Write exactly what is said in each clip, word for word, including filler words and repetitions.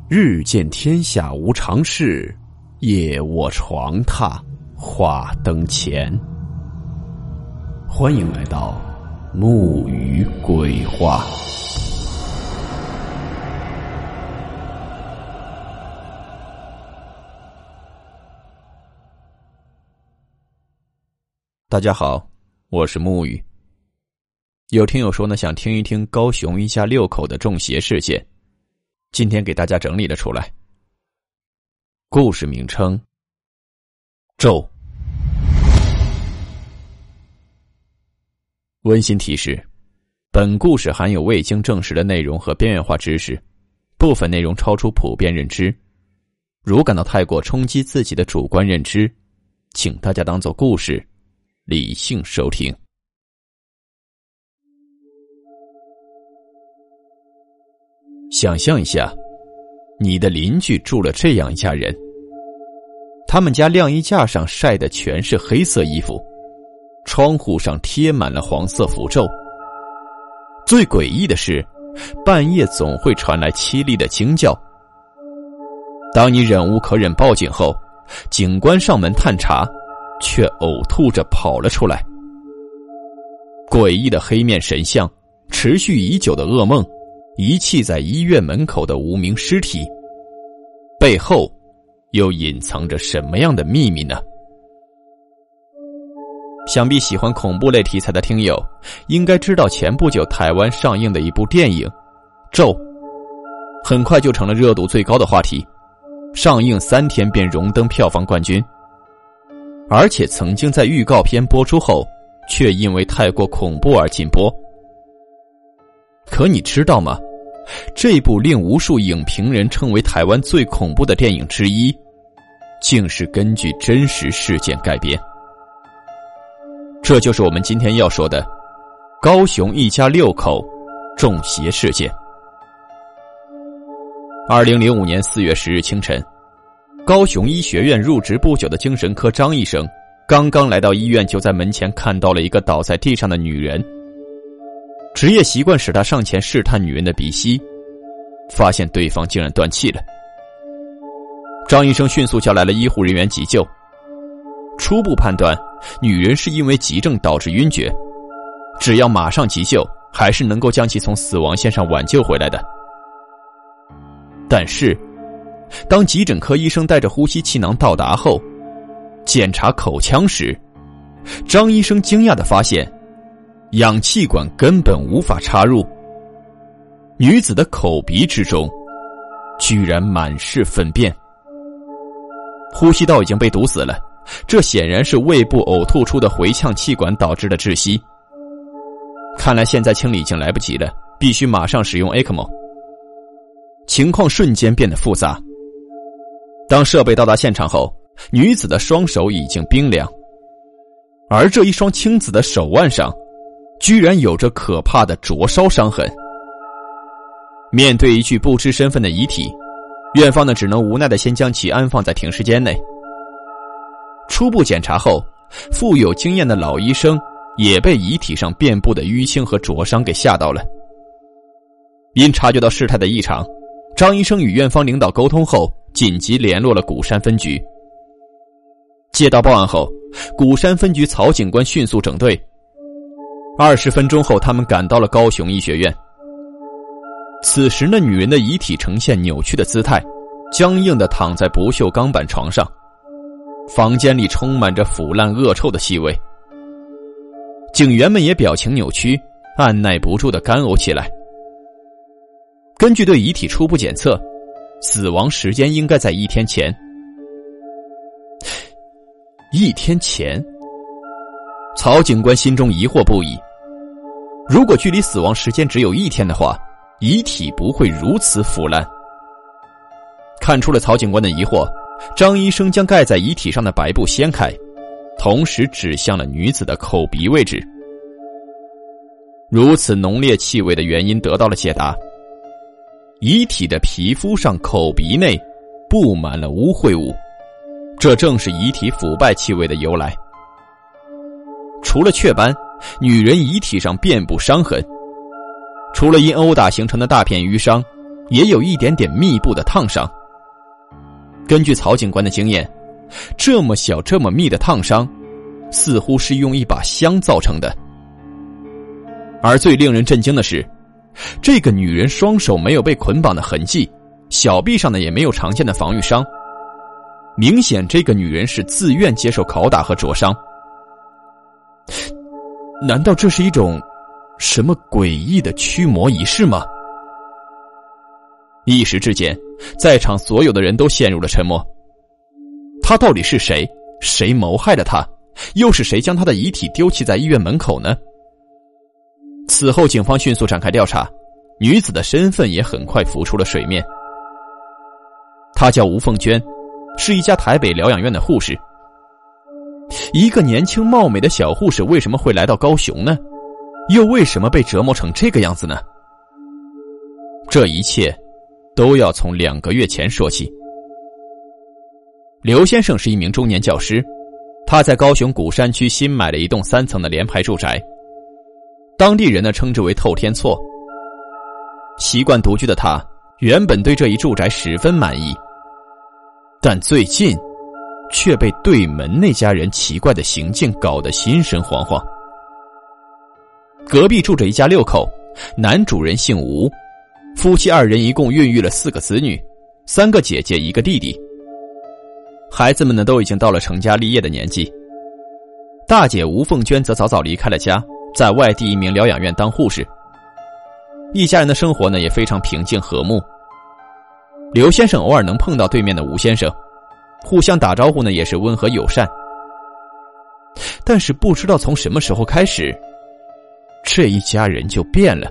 日见天下无常事，夜卧床榻话灯前。欢迎来到木鱼鬼话。大家好，我是木鱼。有听友说呢，想听一听高雄一家六口的中邪事件，今天给大家整理了出来。故事名称：咒。温馨提示：本故事含有未经证实的内容和边缘化知识，部分内容超出普遍认知。如感到太过冲击自己的主观认知，请大家当作故事，理性收听。想象一下，你的邻居住了这样一家人，他们家晾衣架上晒的全是黑色衣服，窗户上贴满了黄色符咒。最诡异的是，半夜总会传来凄厉的惊叫。当你忍无可忍报警后，警官上门探查，却呕吐着跑了出来。诡异的黑面神像，持续已久的噩梦，遗弃在医院门口的无名尸体，背后又隐藏着什么样的秘密呢？想必喜欢恐怖类题材的听友应该知道，前不久台湾上映的一部电影《咒》很快就成了热度最高的话题，上映三天便荣登票房冠军，而且曾经在预告片播出后却因为太过恐怖而禁播。可你知道吗？这部令无数影评人称为台湾最恐怖的电影之一，竟是根据真实事件改编。这就是我们今天要说的高雄一家六口中邪事件。二零零五年四月十日清晨，高雄医学院入职不久的精神科张医生刚刚来到医院，就在门前看到了一个倒在地上的女人。职业习惯使他上前试探女人的鼻息，发现对方竟然断气了。张医生迅速叫来了医护人员急救，初步判断女人是因为急症导致晕厥，只要马上急救，还是能够将其从死亡线上挽救回来的。但是当急诊科医生带着呼吸气囊到达后，检查口腔时，张医生惊讶地发现氧气管根本无法插入，女子的口鼻之中居然满是粪便，呼吸道已经被堵死了，这显然是胃部呕吐出的回呛气管导致的窒息。看来现在清理已经来不及了，必须马上使用 E C M O。 情况瞬间变得复杂。当设备到达现场后，女子的双手已经冰凉，而这一双青紫的手腕上居然有着可怕的灼烧伤痕。面对一具不知身份的遗体，院方呢只能无奈地先将其安放在停尸间内。初步检查后，富有经验的老医生也被遗体上遍布的淤青和灼伤给吓到了。因察觉到事态的异常，张医生与院方领导沟通后，紧急联络了鼓山分局。接到报案后，鼓山分局曹警官迅速整队。二十分钟后，他们赶到了高雄医学院。此时那女人的遗体呈现扭曲的姿态，僵硬地躺在不锈钢板床上，房间里充满着腐烂恶臭的气味。警员们也表情扭曲，按耐不住地干呕起来。根据对遗体初步检测，死亡时间应该在一天前。一天前？曹警官心中疑惑不已。如果距离死亡时间只有一天的话，遗体不会如此腐烂。看出了曹警官的疑惑，张医生将盖在遗体上的白布掀开，同时指向了女子的口鼻位置。如此浓烈气味的原因得到了解答。遗体的皮肤上、口鼻内布满了污秽物，这正是遗体腐败气味的由来。除了雀斑，女人遗体上遍布伤痕，除了因殴打形成的大片淤伤， 也有一点点密布的烫伤。根据曹警官的经验，这么小这么密的烫伤似乎是用一把香造成的。而最令人震惊的是，这个女人双手没有被捆绑的痕迹，小臂上呢也没有常见的防御伤，明显这个女人是自愿接受拷打和灼伤。难道这是一种什么诡异的驱魔仪式吗？一时之间，在场所有的人都陷入了沉默。他到底是谁？谁谋害了他？又是谁将他的遗体丢弃在医院门口呢？此后警方迅速展开调查，女子的身份也很快浮出了水面。她叫吴凤娟，是一家台北疗养院的护士。一个年轻貌美的小护士为什么会来到高雄呢？又为什么被折磨成这个样子呢？这一切都要从两个月前说起。刘先生是一名中年教师，他在高雄古山区新买了一栋三层的联排住宅，当地人呢称之为透天厝。习惯独居的他原本对这一住宅十分满意，但最近却被对门那家人奇怪的行径搞得心神惶惶。隔壁住着一家六口，男主人姓吴，夫妻二人一共孕育了四个子女，三个姐姐一个弟弟。孩子们呢都已经到了成家立业的年纪。大姐吴凤娟则早早离开了家，在外地一名疗养院当护士。一家人的生活呢也非常平静和睦。刘先生偶尔能碰到对面的吴先生，互相打招呼呢也是温和友善。但是不知道从什么时候开始，这一家人就变了。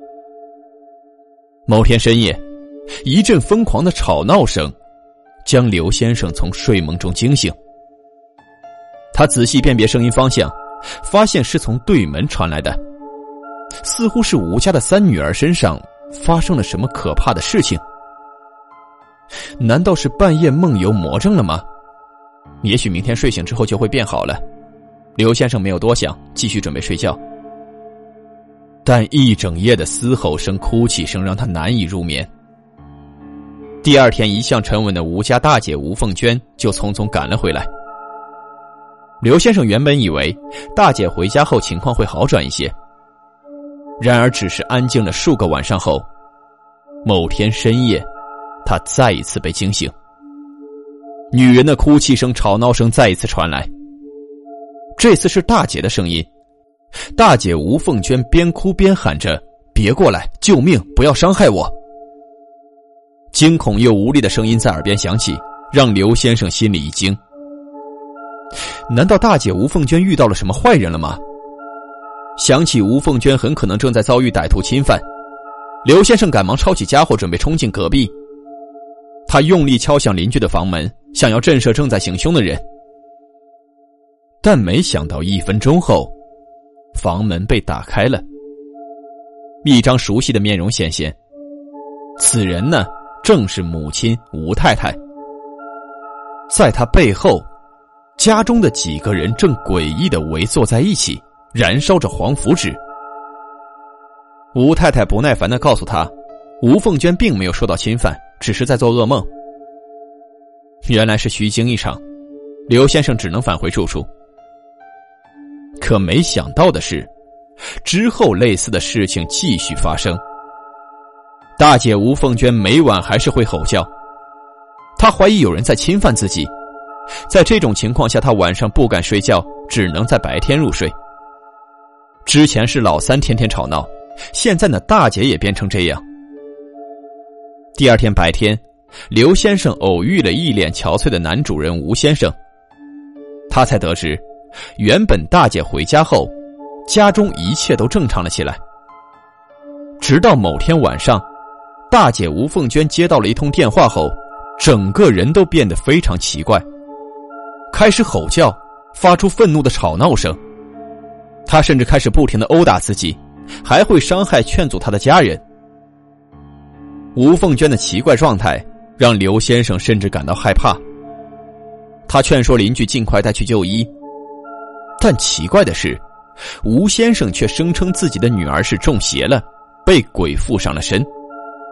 某天深夜，一阵疯狂的吵闹声将刘先生从睡梦中惊醒。他仔细辨别声音方向，发现是从对门传来的，似乎是吴家的三女儿身上发生了什么可怕的事情。难道是半夜梦游魔怔了吗？也许明天睡醒之后就会变好了。刘先生没有多想，继续准备睡觉。但一整夜的嘶吼声、哭泣声让他难以入眠。第二天，一向沉稳的吴家大姐吴凤娟就匆匆赶了回来。刘先生原本以为大姐回家后情况会好转一些，然而只是安静了数个晚上后，某天深夜他再一次被惊醒。女人的哭泣声、吵闹声再一次传来，这次是大姐的声音。大姐吴凤娟边哭边喊着：“别过来，救命，不要伤害我！”惊恐又无力的声音在耳边响起，让刘先生心里一惊。难道大姐吴凤娟遇到了什么坏人了吗？想起吴凤娟很可能正在遭遇歹徒侵犯，刘先生赶忙抄起家伙准备冲进隔壁。他用力敲响邻居的房门，想要震慑正在行凶的人。但没想到一分钟后，房门被打开了，一张熟悉的面容显现。此人呢，正是母亲吴太太。在她背后，家中的几个人正诡异地围坐在一起，燃烧着黄符纸。吴太太不耐烦地告诉他，吴凤娟并没有受到侵犯，只是在做噩梦。原来是虚惊一场，刘先生只能返回住处。可没想到的是，之后类似的事情继续发生。大姐吴凤娟每晚还是会吼叫，她怀疑有人在侵犯自己。在这种情况下，她晚上不敢睡觉，只能在白天入睡。之前是老三天天吵闹，现在呢，大姐也变成这样。第二天白天，刘先生偶遇了一脸憔悴的男主人吴先生，他才得知原本大姐回家后，家中一切都正常了起来。直到某天晚上，大姐吴凤娟接到了一通电话后，整个人都变得非常奇怪，开始吼叫，发出愤怒的吵闹声。她甚至开始不停地殴打自己，还会伤害劝阻她的家人。吴凤娟的奇怪状态让刘先生甚至感到害怕，他劝说邻居尽快带去就医。但奇怪的是，吴先生却声称自己的女儿是中邪了，被鬼附上了身。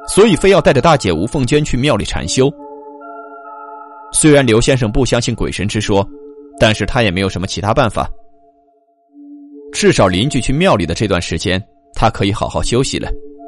所以非要带着大姐吴凤娟去庙里禅修。虽然刘先生不相信鬼神之说，但是他也没有什么其他办法。至少邻居去庙里的这段时间，他可以好好休息了。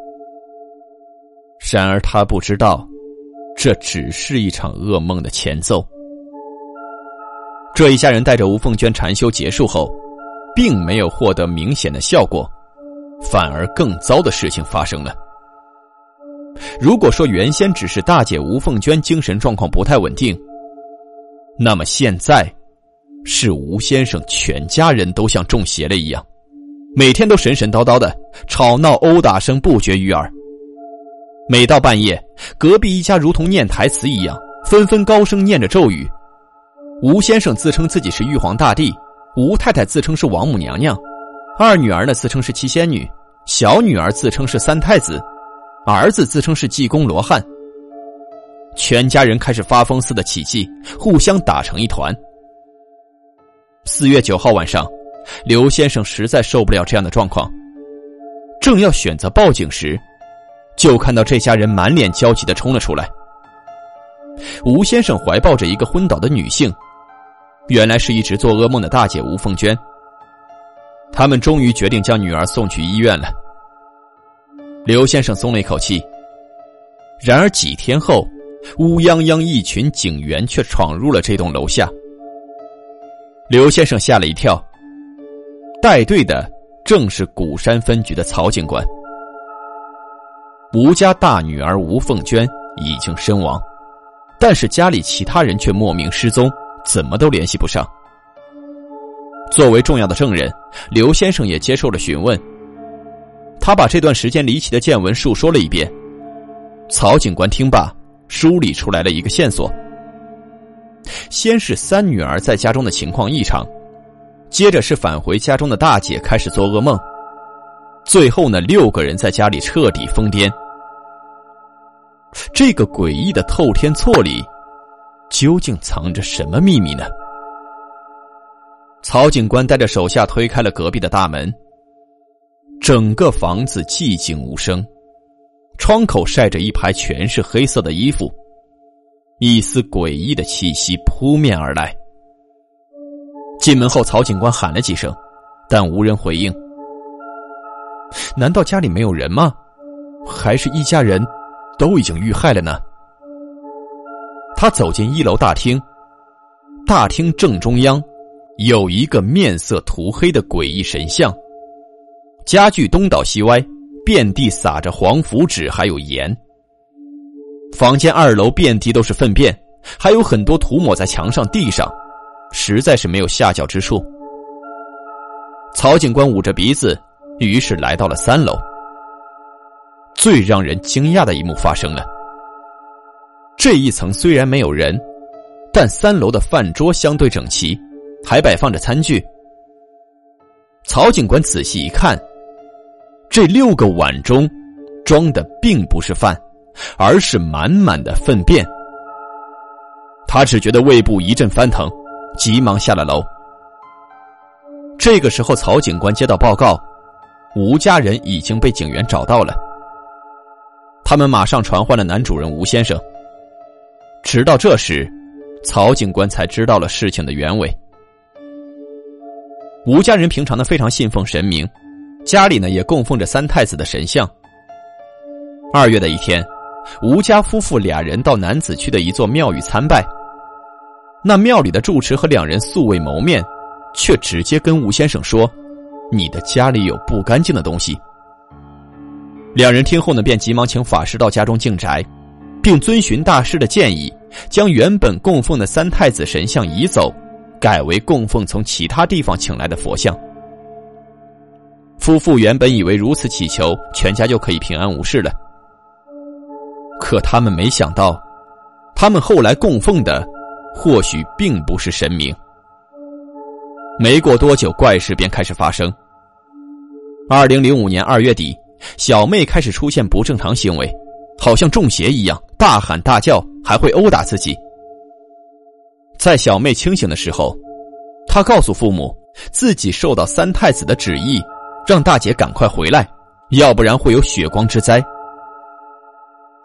然而他不知道，这只是一场噩梦的前奏。这一家人带着吴凤娟禅修结束后，并没有获得明显的效果，反而更糟的事情发生了。如果说原先只是大姐吴凤娟精神状况不太稳定，那么现在是吴先生全家人都像中邪了一样，每天都神神叨叨的，吵闹殴打声不绝于耳。每到半夜，隔壁一家如同念台词一样，纷纷高声念着咒语。吴先生自称自己是玉皇大帝，吴太太自称是王母娘娘，二女儿呢自称是七仙女，小女儿自称是三太子，儿子自称是济公罗汉。全家人开始发疯似的起劲，互相打成一团。四月九号晚上，刘先生实在受不了这样的状况，正要选择报警时，就看到这家人满脸焦急地冲了出来。吴先生怀抱着一个昏倒的女性，原来是一直做噩梦的大姐吴凤娟。他们终于决定将女儿送去医院了。刘先生松了一口气。然而几天后，乌泱泱一群警员却闯入了这栋楼下。刘先生吓了一跳，带队的正是鼓山分局的曹警官。吴家大女儿吴凤娟已经身亡，但是家里其他人却莫名失踪，怎么都联系不上。作为重要的证人，刘先生也接受了询问。他把这段时间离奇的见闻述说了一遍。曹警官听罢，梳理出来了一个线索。先是三女儿在家中的情况异常，接着是返回家中的大姐开始做噩梦，最后呢，六个人在家里彻底疯癫。这个诡异的透天错里究竟藏着什么秘密呢？曹警官带着手下推开了隔壁的大门，整个房子寂静无声，窗口晒着一排全是黑色的衣服，一丝诡异的气息扑面而来。进门后，曹警官喊了几声，但无人回应。难道家里没有人吗？还是一家人都已经遇害了呢？他走进一楼大厅，大厅正中央有一个面色涂黑的诡异神像，家具东倒西歪，遍地撒着黄符纸还有盐。房间二楼遍地都是粪便，还有很多涂抹在墙上地上，实在是没有下脚之处。曹警官捂着鼻子，于是来到了三楼。最让人惊讶的一幕发生了。这一层虽然没有人，但三楼的饭桌相对整齐，还摆放着餐具。曹警官仔细一看，这六个碗中装的并不是饭，而是满满的粪便。他只觉得胃部一阵翻腾，急忙下了楼。这个时候，曹警官接到报告，吴家人已经被警员找到了。他们马上传唤了男主人吴先生。直到这时，曹警官才知道了事情的原委。吴家人平常呢非常信奉神明，家里呢也供奉着三太子的神像。二月的一天，吴家夫妇俩人到南子区的一座庙宇参拜。那庙里的住持和两人素未谋面，却直接跟吴先生说：“你的家里有不干净的东西。”两人听后呢，便急忙请法师到家中净宅，并遵循大师的建议，将原本供奉的三太子神像移走，改为供奉从其他地方请来的佛像。夫妇原本以为如此祈求，全家就可以平安无事了。可他们没想到，他们后来供奉的或许并不是神明。没过多久，怪事便开始发生。二零零五年二月底，小妹开始出现不正常行为，好像中邪一样，大喊大叫，还会殴打自己。在小妹清醒的时候，她告诉父母，自己受到三太子的旨意，让大姐赶快回来，要不然会有血光之灾。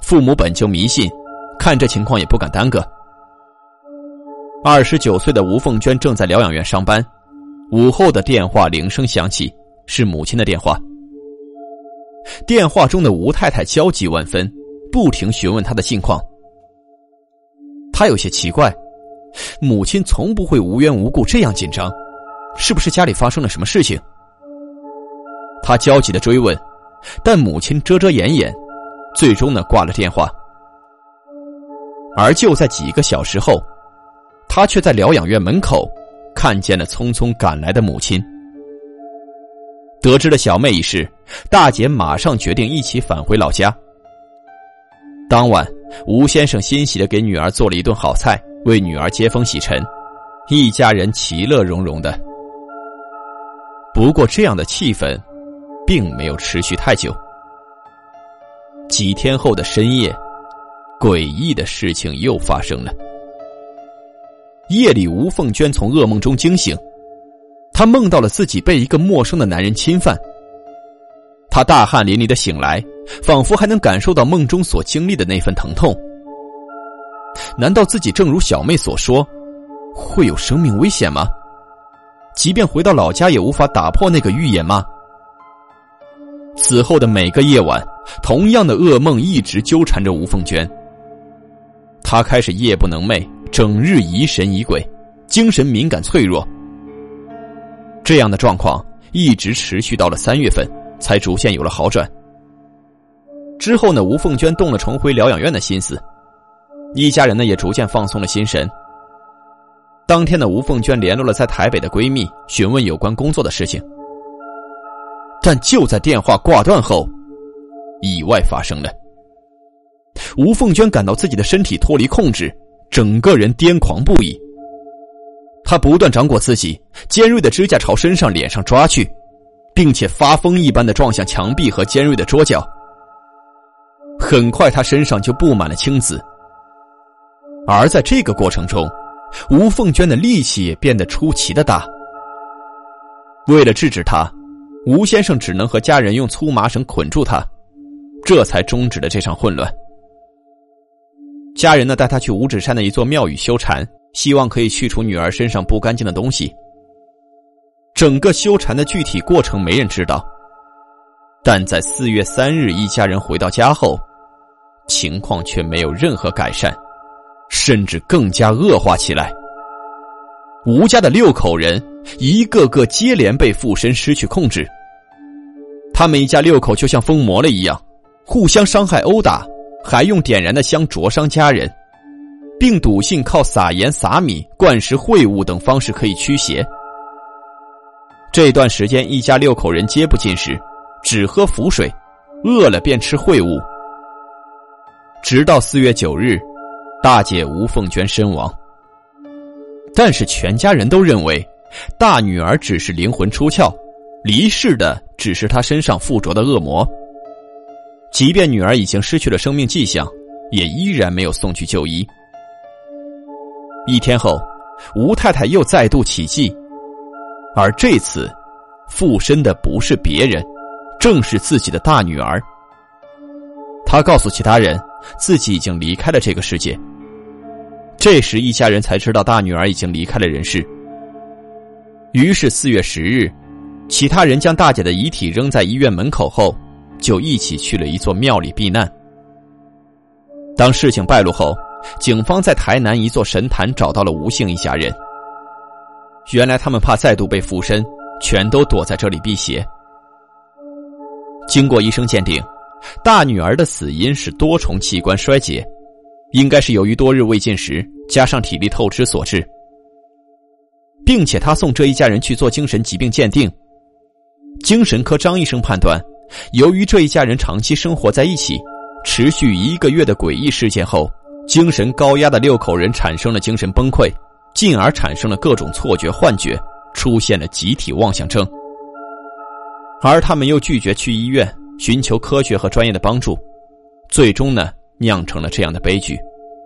父母本就迷信，看这情况也不敢耽搁。二十九岁的吴凤娟正在疗养院上班，午后的电话铃声响起，是母亲的电话。电话中的吴太太焦急万分，不停询问她的近况。她有些奇怪，母亲从不会无缘无故这样紧张，是不是家里发生了什么事情？她焦急地追问，但母亲遮遮掩掩，最终呢挂了电话。而就在几个小时后，他却在疗养院门口看见了匆匆赶来的母亲。得知了小妹一事，大姐马上决定一起返回老家。当晚，吴先生欣喜地给女儿做了一顿好菜，为女儿接风洗尘，一家人其乐融融的。不过这样的气氛并没有持续太久。几天后的深夜，诡异的事情又发生了。夜里，吴凤娟从噩梦中惊醒，她梦到了自己被一个陌生的男人侵犯。她大汗淋漓地醒来，仿佛还能感受到梦中所经历的那份疼痛。难道自己正如小妹所说，会有生命危险吗？即便回到老家也无法打破那个预言吗？此后的每个夜晚，同样的噩梦一直纠缠着吴凤娟。她开始夜不能寐，整日疑神疑鬼，精神敏感脆弱。这样的状况一直持续到了三月份，才逐渐有了好转。之后呢，吴凤娟动了重回疗养院的心思，一家人呢也逐渐放松了心神。当天的吴凤娟联络了在台北的闺蜜，询问有关工作的事情。但就在电话挂断后，意外发生了。吴凤娟感到自己的身体脱离控制，整个人癫狂不已。她不断掌掴自己，尖锐的指甲朝身上脸上抓去，并且发疯一般的撞向墙壁和尖锐的桌角。很快她身上就布满了青紫。而在这个过程中，吴凤娟的力气也变得出奇的大。为了制止她，吴先生只能和家人用粗麻绳捆住她，这才终止了这场混乱。家人呢带他去五指山的一座庙宇修禅，希望可以去除女儿身上不干净的东西。整个修禅的具体过程没人知道，但在四月三日一家人回到家后，情况却没有任何改善，甚至更加恶化起来。吴家的六口人一个个接连被附身失去控制，他们一家六口就像疯魔了一样，互相伤害殴打，还用点燃的香灼伤家人，并笃信靠撒盐撒米灌食秽物等方式可以驱邪。这段时间一家六口人皆不进食，只喝符水，饿了便吃秽物。直到四月九日，大姐吴凤娟身亡。但是全家人都认为大女儿只是灵魂出窍，离世的只是她身上附着的恶魔。即便女儿已经失去了生命迹象，也依然没有送去就医。一天后，吴太太又再度起乩，而这次附身的不是别人，正是自己的大女儿。她告诉其他人自己已经离开了这个世界。这时一家人才知道大女儿已经离开了人世。于是四月十日，其他人将大姐的遗体扔在医院门口后，就一起去了一座庙里避难。当事情败露后，警方在台南一座神坛找到了吴姓一家人。原来他们怕再度被附身，全都躲在这里辟邪。经过医生鉴定，大女儿的死因是多重器官衰竭，应该是由于多日未进食加上体力透支所致，并且他送这一家人去做精神疾病鉴定。精神科张医生判断，由于这一家人长期生活在一起，持续一个月的诡异事件后，精神高压的六口人产生了精神崩溃，进而产生了各种错觉幻觉，出现了集体妄想症。而他们又拒绝去医院寻求科学和专业的帮助，最终呢酿成了这样的悲剧。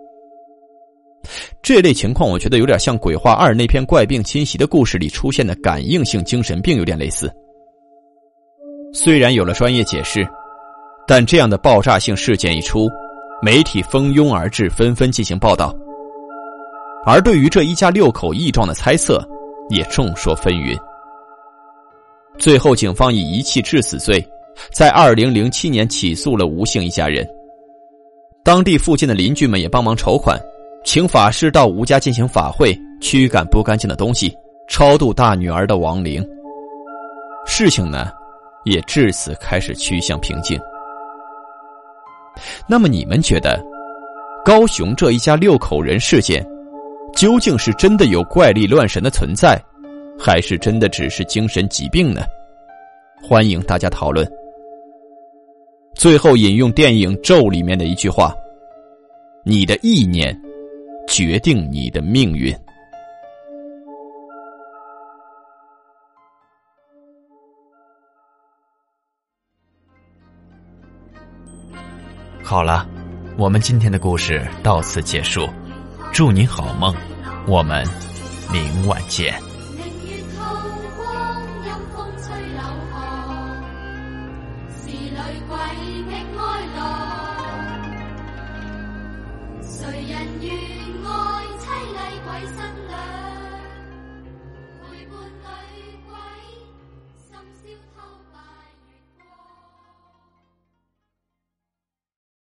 这类情况我觉得有点像《鬼话二》那篇怪病侵袭的故事里出现的感应性精神病有点类似。虽然有了专业解释，但这样的爆炸性事件一出， 媒体蜂拥而至，纷纷进行报道。而对于这一家六口异状的猜测也众说纷纭。最后警方以遗弃致死罪在二零零七年起诉了吴姓一家人。当地附近的邻居们也帮忙筹款，请法师到吴家进行法会，驱赶不干净的东西，超度大女儿的亡灵。事情呢也至此开始趋向平静。那么你们觉得高雄这一家六口人事件究竟是真的有怪力乱神的存在，还是真的只是精神疾病呢？欢迎大家讨论。最后引用电影《咒》里面的一句话：你的意念决定你的命运。 好了，我们今天的故事到此结束，祝您好梦，我们明晚见。 谁人愿爱凄厉鬼新娘？